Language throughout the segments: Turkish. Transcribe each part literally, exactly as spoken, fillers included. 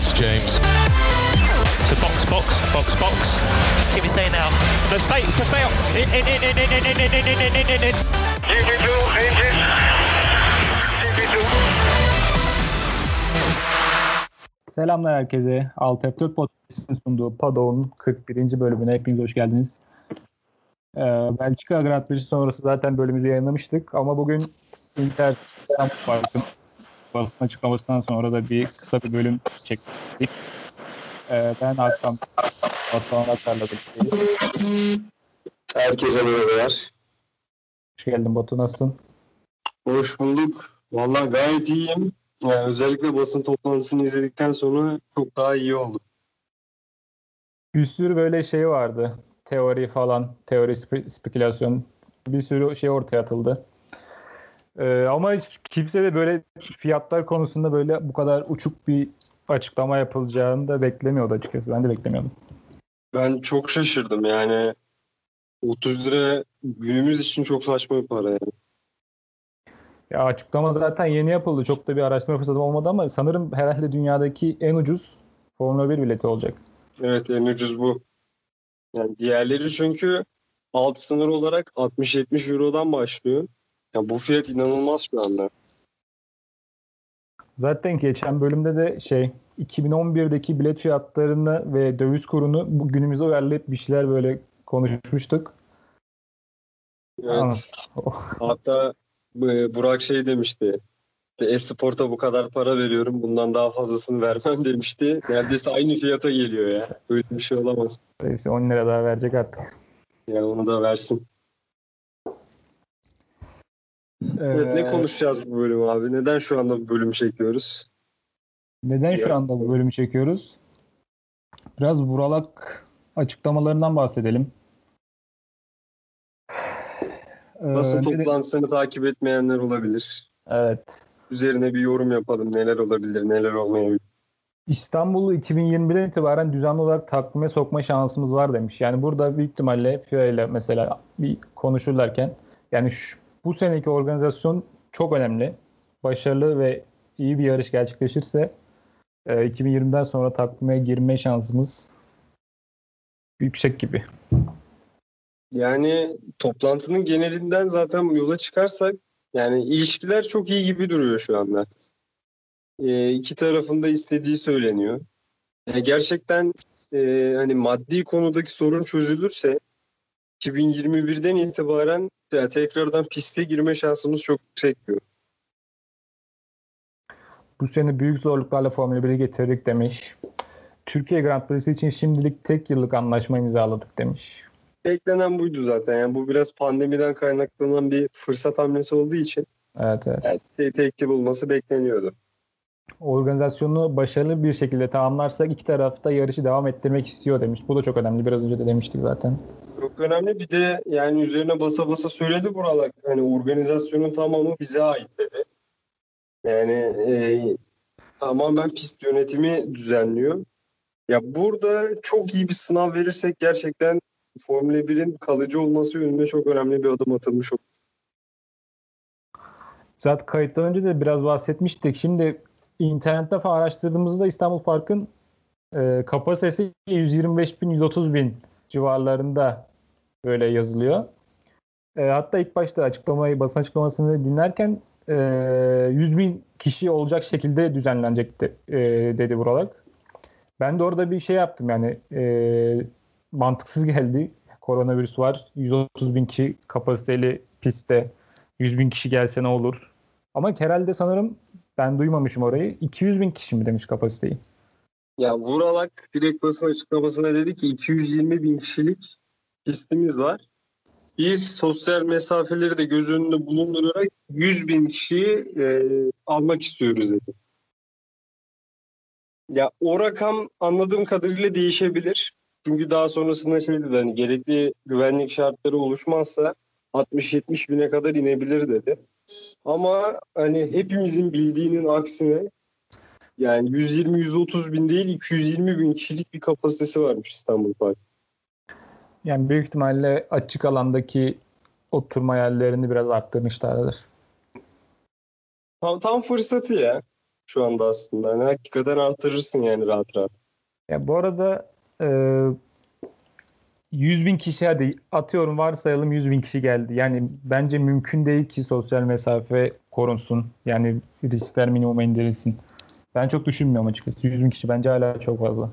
it's James. So box, box, box, box. Give me say now. No, stay, stay up. In, in, in, in, in, in, in, in, in, in, in, in. G P two, engine. G P two. Selamlar herkese. Alt F dört Podcast'ın sunduğu Paddock'un kırk birinci bölümüne hepiniz hoş geldiniz. Ee, Belçika Grand Prix sonrası zaten bölümümüzü yayınlamıştık ama bugün Inter Park'ın basın açıklamasından sonra da bir kısa bir bölüm çektik. Ee, ben Hakan Batuhan Atar'la birlikteyiz. Herkese merhabalar. Hoş geldin Batu, nasılsın? Hoş bulduk. Vallahi gayet iyiyim. Yani özellikle basın toplantısını izledikten sonra çok daha iyi oldum. Bir sürü böyle şey vardı. Teori falan, teori spe- spekülasyon, bir sürü şey ortaya atıldı. Ee, ama kimse de böyle fiyatlar konusunda böyle bu kadar uçuk bir açıklama yapılacağını da beklemiyordu açıkçası. Ben de beklemiyordum. Ben çok şaşırdım yani. otuz lira günümüz için çok saçma bir para yani. Ya açıklama zaten yeni yapıldı. Çok da bir araştırma fırsatım olmadı ama sanırım herhalde dünyadaki en ucuz Formula bir bileti olacak. Evet, en ucuz bu. Yani diğerleri çünkü alt sınır olarak altmış yetmiş Euro'dan başlıyor. Ya bu fiyat inanılmaz şu anda. Zaten geçen bölümde de şey iki bin on birdeki bilet fiyatlarını ve döviz kurunu bu günümüze uyarlayıp bir şeyler böyle konuşmuştuk. Evet. Hatta e, Burak şey demişti. E-Sport'a bu kadar para veriyorum. Bundan daha fazlasını vermem demişti. Neredeyse aynı fiyata geliyor ya. Böyle bir şey olamaz. Neyse on lira daha verecek artık. Ya onu da versin. Evet, Ee, ne konuşacağız bu bölüm abi? Neden şu anda bu bölümü çekiyoruz? Neden şu Ya. anda bu bölümü çekiyoruz? Biraz Buralak açıklamalarından bahsedelim. Basın Ee, toplantısını takip etmeyenler olabilir. Evet. Üzerine bir yorum yapalım. Neler olabilir, neler olmayabilir. İstanbul'u iki bin yirmi birden itibaren düzenli olarak takvime sokma şansımız var demiş. Yani burada büyük ihtimalle F I A ile mesela bir konuşurlarken yani şu, bu seneki organizasyon çok önemli. Başarılı ve iyi bir yarış gerçekleşirse e, iki bin yirmiden sonra takvime girme şansımız yüksek gibi. Yani toplantının genelinden zaten yola çıkarsak yani ilişkiler çok iyi gibi duruyor şu anda. E, iki tarafın da istediği söyleniyor. Yani gerçekten e, hani maddi konudaki sorun çözülürse iki bin yirmi birden itibaren ya, tekrardan piste girme şansımız çok yüksek diyor. Bu sene büyük zorluklarla Formula biri getirdik demiş. Türkiye Grand Prix'si için şimdilik tek yıllık anlaşma imzaladık demiş. Beklenen buydu zaten. Yani bu biraz pandemiden kaynaklanan bir fırsat hamlesi olduğu için Evet evet. yani tek, tek yıl olması bekleniyordu. Organizasyonu başarılı bir şekilde tamamlarsak iki taraf da yarışı devam ettirmek istiyor demiş. Bu da çok önemli. Biraz önce de demiştik zaten. Çok önemli. Bir de yani üzerine basa basa söyledi buralar. Hani organizasyonun tamamı bize ait dedi. Yani e, tamamen pist yönetimi düzenliyor. Ya burada çok iyi bir sınav verirsek gerçekten Formula birin kalıcı olması yönünde çok önemli bir adım atılmış olur. Zaten kayıttan önce de biraz bahsetmiştik. Şimdi internette falan araştırdığımızda İstanbul Park'ın e, kapasitesi yüz yirmi beş bin yüz otuz bin civarlarında böyle yazılıyor. E, hatta ilk başta açıklamayı, basın açıklamasını dinlerken e, yüz bin kişi olacak şekilde düzenlenecekti e, dedi buralar. Ben de orada bir şey yaptım yani e, mantıksız geldi. Koronavirüs var. yüz otuz bin kişi kapasiteli pistte yüz bin kişi gelse ne olur? Ama herhalde sanırım ben duymamışım orayı. iki yüz bin kişi mi demiş kapasiteyi? Ya Vuralak direkt basın açıklamasına dedi ki iki yüz yirmi bin kişilik pistimiz var. Biz sosyal mesafeleri de göz önünde bulundurarak yüz bin kişiyi e, almak istiyoruz dedi. Ya o rakam anladığım kadarıyla değişebilir. Çünkü daha sonrasında şöyle dedi, hani gerekli güvenlik şartları oluşmazsa altmış yetmiş bine kadar inebilir dedi. Ama hani hepimizin bildiğinin aksine yani yüz yirmi yüz otuz bin değil iki yüz yirmi bin kişilik bir kapasitesi varmış İstanbul Park. Yani büyük ihtimalle açık alandaki oturma yerlerini biraz arttırmışlardır. Tam, tam fırsatı ya. şu anda aslında. Yani hakikaten artırırsın yani rahat rahat. Ya bu arada e, yüz bin kişi, hadi atıyorum varsayalım yüz bin kişi geldi. Yani bence mümkün değil ki sosyal mesafe korunsun. Yani riskler minimuma indirilsin. Ben çok düşünmüyorum açıkçası. yüz bin kişi bence hala çok fazla.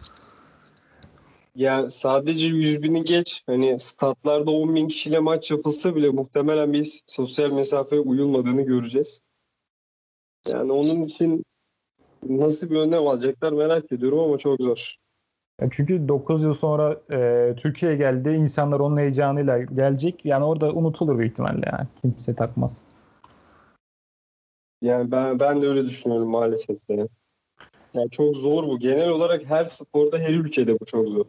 Ya sadece yüz bini geç. Hani statlarda on bin kişiyle maç yapılsa bile muhtemelen biz sosyal mesafeye uyulmadığını göreceğiz. Yani onun için nasıl bir önlem alacaklar merak ediyorum ama çok zor. Ya çünkü dokuz yıl sonra e, Türkiye'ye geldi. İnsanlar onun heyecanıyla gelecek. Yani orada unutulur büyük ihtimalle yani. Kimse takmaz. Yani ben ben de öyle düşünüyorum maalesef de. Yani çok zor bu. Genel olarak her sporda, her ülkede bu çok zor.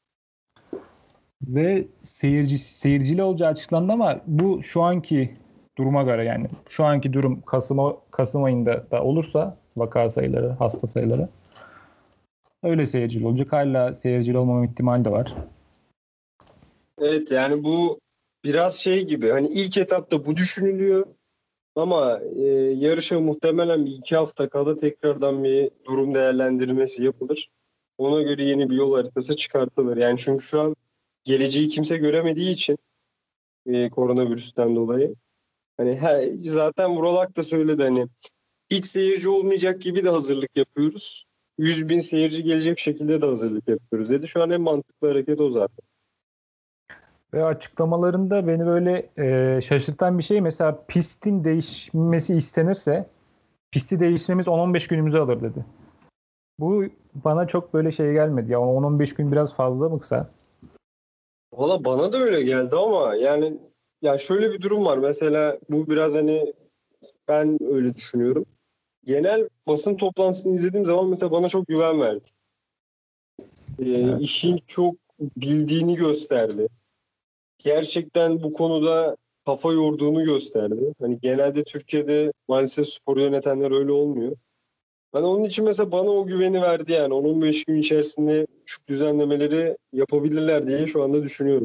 Ve seyirci seyircili olacağı açıklandı ama bu şu anki duruma göre, yani şu anki durum Kasım Kasım ayında da olursa vaka sayıları, hasta sayıları öyle seyircili olacak. Hala seyircili olmama ihtimali de var. Evet yani bu biraz şey gibi. Hani ilk etapta bu düşünülüyor. Ama e, yarışa muhtemelen bir iki hafta kala tekrardan bir durum değerlendirmesi yapılır. Ona göre yeni bir yol haritası çıkartılır. Yani çünkü şu an geleceği kimse göremediği için e, koronavirüsten dolayı. Hani he, zaten Vuralak da söyledi, hani hiç seyirci olmayacak gibi de hazırlık yapıyoruz. yüz bin seyirci gelecek şekilde de hazırlık yapıyoruz dedi. Şu an en mantıklı hareket o zaten. Ve açıklamalarında beni böyle e, şaşırtan bir şey, mesela pistin değişmesi istenirse pisti değiştirmemiz on on beş günümüzü alır dedi. Bu bana çok böyle şey gelmedi. Ya on on beş gün biraz fazla mı kısa? Valla bana da öyle geldi ama yani ya şöyle bir durum var. Mesela bu biraz hani ben öyle düşünüyorum. Genel basın toplantısını izlediğim zaman mesela bana çok güven verdi. Ee, Evet. işin çok bildiğini gösterdi. Gerçekten bu konuda kafa yorduğunu gösterdi. Hani genelde Türkiye'de maalesef spor yönetenler öyle olmuyor. Hani onun için mesela bana o güveni verdi yani. on on beş gün içerisinde şu düzenlemeleri yapabilirler diye şu anda düşünüyorum.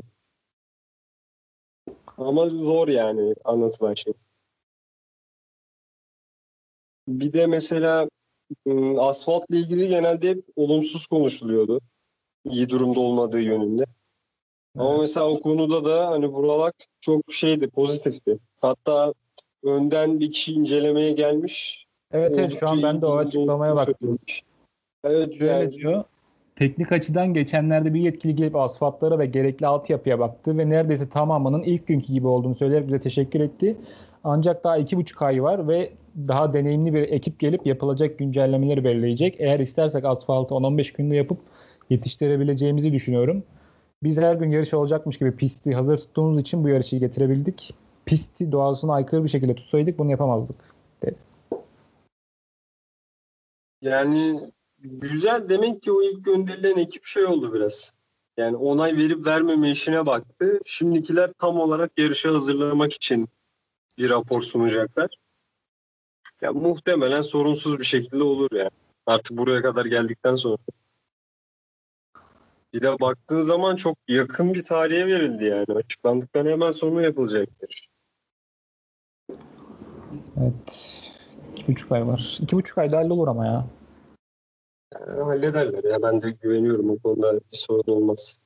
Ama zor yani anlatılan şey. Bir de mesela ım, asfaltla ilgili genelde hep olumsuz konuşuluyordu. İyi durumda olmadığı yönünde. Ama mesela o konuda da hani Vuralak çok şeydi, pozitifti. Hatta önden bir kişi incelemeye gelmiş. Evet, evet, şu Oldukça an ben iyi de o durumda açıklamaya olduğunu baktım. söylemiş. Evet Şöyle yani diyor. Teknik açıdan geçenlerde bir yetkili gelip asfaltlara ve gerekli altyapıya baktı ve neredeyse tamamının ilk günkü gibi olduğunu söyleyerek bize teşekkür etti. Ancak daha iki buçuk ay var ve daha deneyimli bir ekip gelip yapılacak güncellemeleri belirleyecek. Eğer istersek asfaltı on on beş günde yapıp yetiştirebileceğimizi düşünüyorum. Biz her gün yarış olacakmış gibi pisti hazır tuttuğumuz için bu yarışı getirebildik. Pisti doğasına aykırı bir şekilde tutsaydık bunu yapamazdık dedi. yani güzel, demek ki o ilk gönderilen ekip şey oldu biraz. Yani onay verip vermeme işine baktı. Şimdikiler tam olarak yarışa hazırlamak için bir rapor sunacaklar. Ya muhtemelen sorunsuz bir şekilde olur yani. Artık buraya kadar geldikten sonra. Bir de baktığın zaman çok yakın bir tarihe verildi yani. Açıklandıktan hemen sonra yapılacaktır. Evet. İki buçuk ay var. İki buçuk ayda hallolur ama ya. Yani hallederler ya, ben de güveniyorum, o konuda bir sorun olmaz.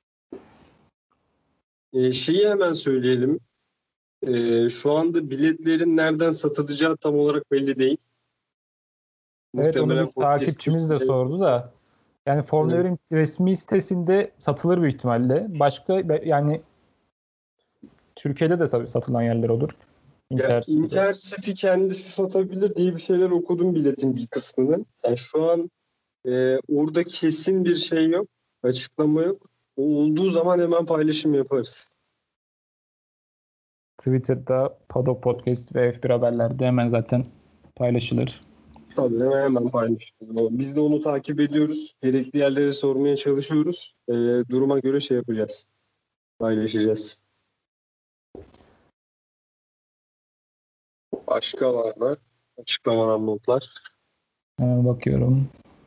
Ee, şeyi hemen söyleyelim. Ee, şu anda biletlerin nereden satılacağı tam olarak belli değil. Evet, onu bir Muhtemelen podcast takipçimiz de içinde- sordu da. Yani Formula Evet. birin resmi sitesinde satılır büyük ihtimalle. Başka yani Türkiye'de de tabii satılan yerler olur. Ya Intercity. Intercity kendisi satabilir diye bir şeyler okudum biletin bir kısmını. Yani şu an e, orada kesin bir şey yok, açıklama yok. O olduğu zaman hemen paylaşım yaparız. Twitter'da Paddock Podcast ve F bir Haberler'de hemen zaten paylaşılır. Tabii hemen, hemen paylaşırız. O- Biz de onu takip ediyoruz. Gerekli yerlere sormaya çalışıyoruz. E, duruma göre şey yapacağız. Paylaşacağız. Başka var mı? Açıklamadan notlar. Hemen bakıyorum.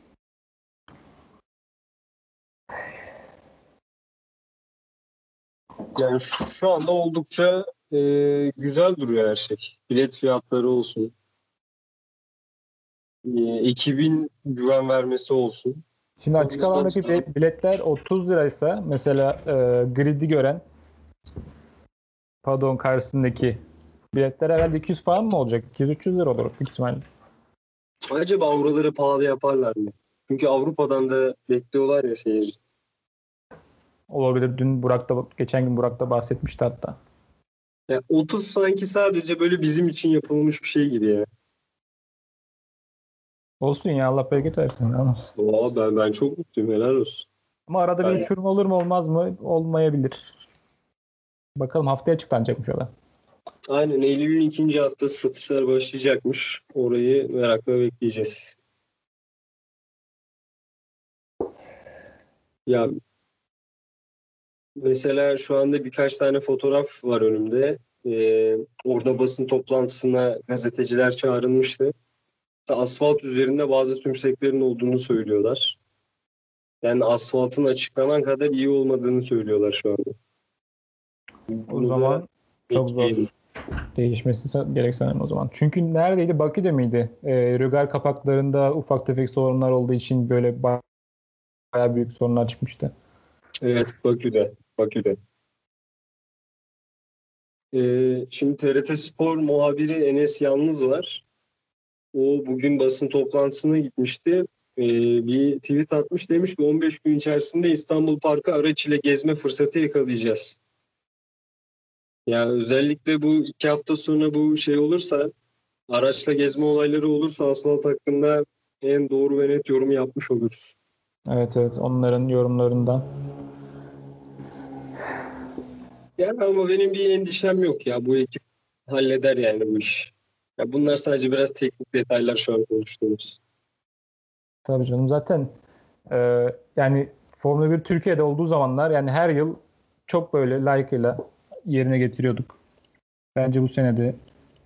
Yani şu anda oldukça e, güzel duruyor her şey. Bilet fiyatları olsun. e, ekibin güven vermesi olsun. Şimdi açık alandaki bi- biletler otuz liraysa mesela e, grid'i gören Padon karşısındaki biletler herhalde iki yüz falan mı olacak? iki yüz üç yüz lira olur büyük ihtimalle. Acaba Avraları pahalı yaparlar mı? Çünkü Avrupa'dan da bekliyorlar ya seyirci. Olabilir. Dün Burak'ta, geçen gün Burak'ta bahsetmişti hatta. Ya otuz sanki sadece böyle bizim için yapılmış bir şey gibi ya. Olsun ya, Allah bereket versin. Ama, Aa, ben ben çok mutluyum, helal olsun. ama arada bir Aynen. uçurum olur mu olmaz mı? Olmayabilir. Bakalım, haftaya açıklanacakmış o da. Aynen, Eylül'ün ikinci haftası satışlar başlayacakmış. Orayı merakla bekleyeceğiz. Ya mesela şu anda birkaç tane fotoğraf var önümde. Ee, orada basın toplantısına gazeteciler çağrılmıştı. Asfalt üzerinde bazı tümseklerin olduğunu söylüyorlar. Yani asfaltın açıklanan kadar iyi olmadığını söylüyorlar şu anda. O Bunu zaman da çok zor bekleyelim. değişmesi gerek sanırım o zaman. Çünkü neredeydi? Bakü'de miydi? Ee, rögar kapaklarında ufak tefek sorunlar olduğu için böyle ba- bayağı büyük sorunlar çıkmıştı. Evet, Bakü'de. Bakü'de. Ee, şimdi T R T Spor muhabiri Enes Yalnız var. O bugün basın toplantısına gitmişti. Ee, bir tweet atmış, demiş ki on beş gün içerisinde İstanbul Parkı araç ile gezme fırsatı yakalayacağız. Ya özellikle bu iki hafta sonra bu şey olursa, araçla gezme olayları olursa asfalt hakkında en doğru ve net yorumu yapmış oluruz. Evet evet, onların yorumlarından. Yani ama benim bir endişem yok ya, bu ekip halleder yani bu iş. Ya bunlar sadece biraz teknik detaylar şu an konuştuğumuz. Tabii canım, zaten e, yani Formula bir Türkiye'de olduğu zamanlar yani her yıl çok böyle layıkıyla yerine getiriyorduk. Bence bu sene de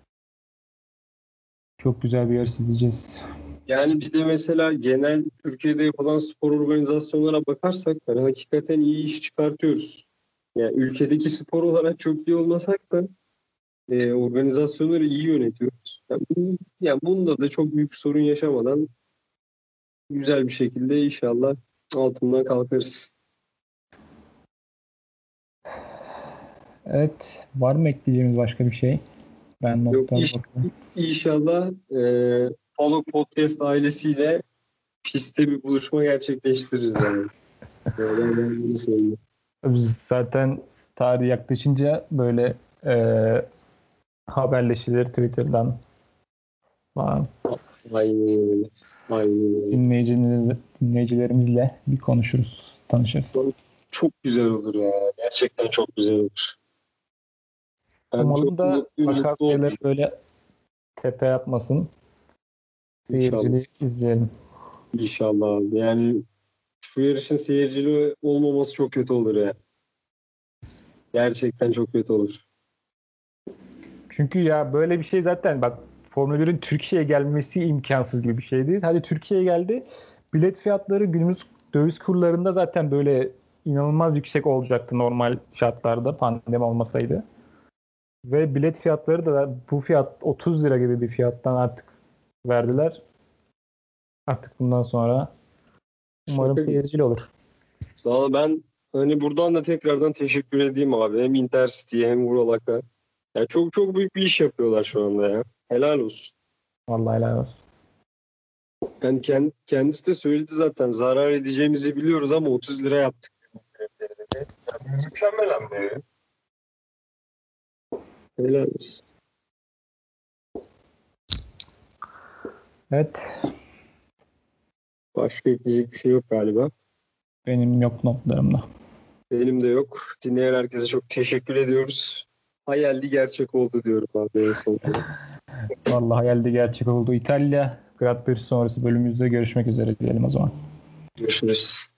çok güzel bir yarış izleyeceğiz. Yani bir de mesela genel Türkiye'de yapılan spor organizasyonlara bakarsak yani hakikaten iyi iş çıkartıyoruz. Yani ülkedeki spor olarak çok iyi olmasak da e, organizasyonları iyi yönetiyoruz. Yani, bu- yani bunda da çok büyük sorun yaşamadan güzel bir şekilde inşallah altından kalkarız. Evet, var mı ekleyeceğimiz başka bir şey? Ben Yok, notlara iş, bakıyorum. inşallah e, Polo Podcast ailesiyle pistte bir buluşma gerçekleştiririz yani. Böyle ben bunu söyleyeyim. Biz zaten tarih yaklaşınca böyle e, haberleşilir Twitter'dan falan, Aynen öyle. Aynen öyle. dinleyicilerimiz, dinleyicilerimizle bir konuşuruz, tanışırız. Çok güzel olur ya. Gerçekten çok güzel olur. Ben Umarım çok da mutluyum, akan mutlu sayıları oldum. böyle tepe yapmasın. İnşallah. Seyircili izleyelim. İnşallah abi. Yani şu yarışın seyircili olmaması çok kötü olur ya. Gerçekten çok kötü olur. Çünkü ya böyle bir şey zaten bak, Formula birin Türkiye'ye gelmesi imkansız gibi bir şeydi. Hadi Türkiye'ye geldi. Bilet fiyatları günümüz döviz kurlarında zaten böyle inanılmaz yüksek olacaktı normal şartlarda, pandemi olmasaydı. Ve bilet fiyatları da bu fiyat otuz lira gibi bir fiyattan artık verdiler. Artık bundan sonra umarım Şaka gibi. seyircili olur. Valla ben hani buradan da tekrardan teşekkür edeyim abi. Hem Intercity'ye hem Vuralak'a. Yani çok çok büyük bir iş yapıyorlar şu anda ya. Helal olsun. Vallahi helal olsun. Yani kend- kendisi de söyledi zaten. Zarar edeceğimizi biliyoruz ama otuz lira yaptık. Yani mükemmel hamle ya. Helal olsun. Evet, Başka ekleyecek bir şey yok galiba. benim yok notlarımda. Benim de yok. Dinleyen herkese çok teşekkür ediyoruz. Hayalli gerçek oldu diyorum abi en son. Vallahi hayalde gerçek oldu. İtalya Grand Prix sonrası bölümümüzde görüşmek üzere diyelim o zaman. Görüşürüz.